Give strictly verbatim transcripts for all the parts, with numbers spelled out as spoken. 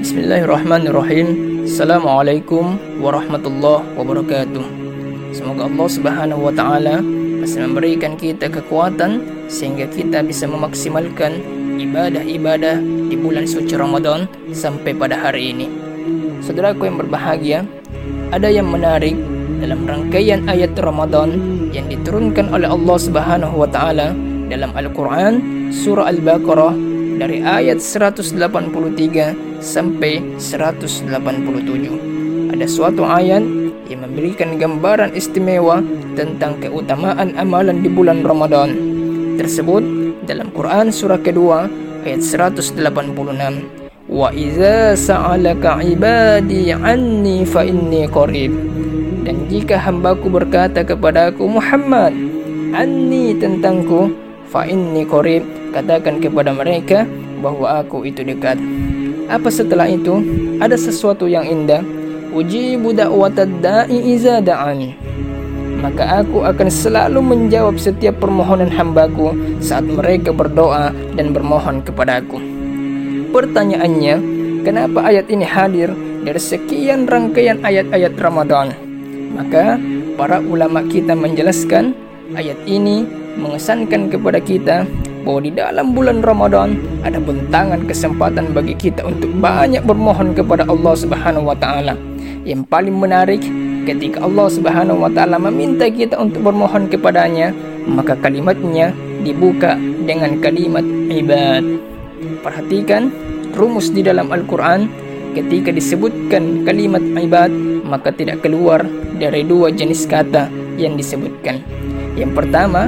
Bismillahirrahmanirrahim. Assalamualaikum warahmatullahi wabarakatuh. Semoga Allah Subhanahu wa taala masih memberikan kita kekuatan sehingga kita bisa memaksimalkan ibadah-ibadah di bulan suci Ramadan sampai pada hari ini. Saudaraku yang berbahagia, ada yang menarik dalam rangkaian ayat Ramadan yang diturunkan oleh Allah Subhanahu wa taala dalam Al-Qur'an surah Al-Baqarah dari ayat seratus delapan puluh tiga sampai seratus delapan puluh tujuh. Ada suatu ayat yang memberikan gambaran istimewa tentang keutamaan amalan di bulan Ramadan tersebut dalam Quran surah kedua ayat seratus delapan puluh enam. Wa iza sa'alaka ibadi anni fa inni qarib. Dan jika hambaku berkata kepadaku, Muhammad, anni tentangku, fa inni qarib, katakan kepada mereka bahwa aku itu dekat. Apa setelah itu? Ada sesuatu yang indah. Ujibu da'watad da'i iza da'an. Maka aku akan selalu menjawab setiap permohonan hambaku saat mereka berdoa dan bermohon kepadaku. Pertanyaannya, kenapa ayat ini hadir dari sekian rangkaian ayat-ayat Ramadan? Maka para ulama kita menjelaskan ayat ini mengesankan kepada kita bahwa di dalam bulan Ramadan ada bentangan kesempatan bagi kita untuk banyak bermohon kepada Allah Subhanahu wa taala. Yang paling menarik, ketika Allah Subhanahu wa taala meminta kita untuk bermohon kepadanya, maka kalimatnya dibuka dengan kalimat ibad. Perhatikan rumus di dalam Al-Qur'an, ketika disebutkan kalimat ibad, maka tidak keluar dari dua jenis kata yang disebutkan. Yang pertama,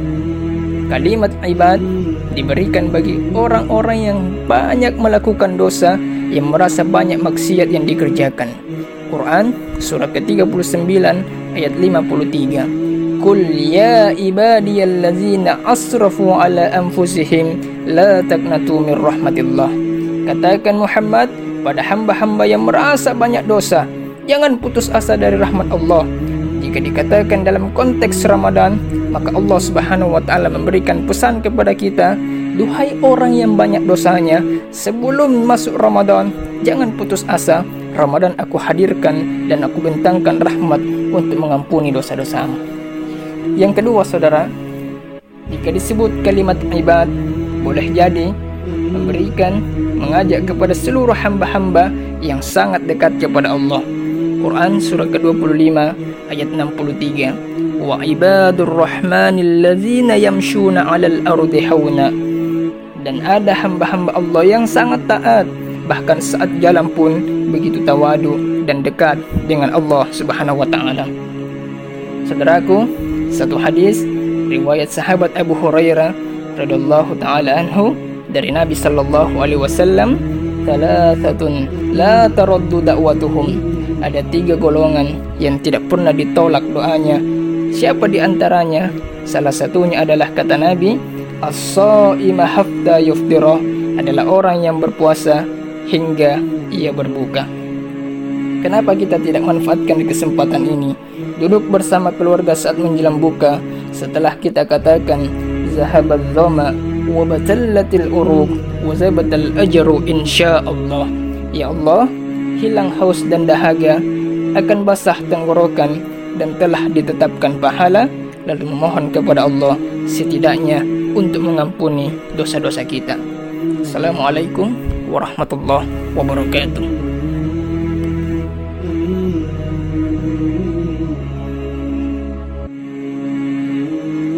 kalimat ibad diberikan bagi orang-orang yang banyak melakukan dosa, yang merasa banyak maksiat yang dikerjakan. Quran surah ke tiga puluh sembilan ayat lima puluh tiga. Qul ya ibadiyallazina asrafu ala anfusihim la taqnatu min rahmatillah. Katakan Muhammad pada hamba-hamba yang merasa banyak dosa, jangan putus asa dari rahmat Allah. Jika dikatakan dalam konteks Ramadan, maka Allah Subhanahu wa taala memberikan pesan kepada kita, duhai orang yang banyak dosanya, sebelum masuk Ramadan, jangan putus asa. Ramadan aku hadirkan dan aku bentangkan rahmat untuk mengampuni dosa-dosamu. Yang kedua, saudara, jika disebut kalimat ibad, boleh jadi memberikan, mengajak kepada seluruh hamba-hamba yang sangat dekat kepada Allah. Quran surah ke dua puluh lima ayat enam puluh tiga. Wa ibadur rahmanil ladzina yamshuna 'alal ardi hauna. Dan ada hamba-hamba Allah yang sangat taat, bahkan saat jalan pun begitu tawadu dan dekat dengan Allah Subhanahu wa taala. Saudaraku, satu hadis riwayat sahabat Abu Hurairah radhiyallahu taala anhu dari Nabi sallallahu alaihi wasallam, "Thalathatun la taraddu da'watuhum." Ada tiga golongan yang tidak pernah ditolak doanya. Siapa di antaranya? Salah satunya adalah kata Nabi, as-shaima hatta yuftira, adalah orang yang berpuasa hingga ia berbuka. Kenapa kita tidak manfaatkan kesempatan ini? Duduk bersama keluarga saat menjelang buka, setelah kita katakan zahabadz dhama wa batallatil uruq wa zabatal ajru insyaallah. Ya Allah, hilang haus dan dahaga, akan basah tenggorokan dan telah ditetapkan pahala, lalu memohon kepada Allah setidaknya untuk mengampuni dosa-dosa kita. Assalamualaikum warahmatullahi wabarakatuh.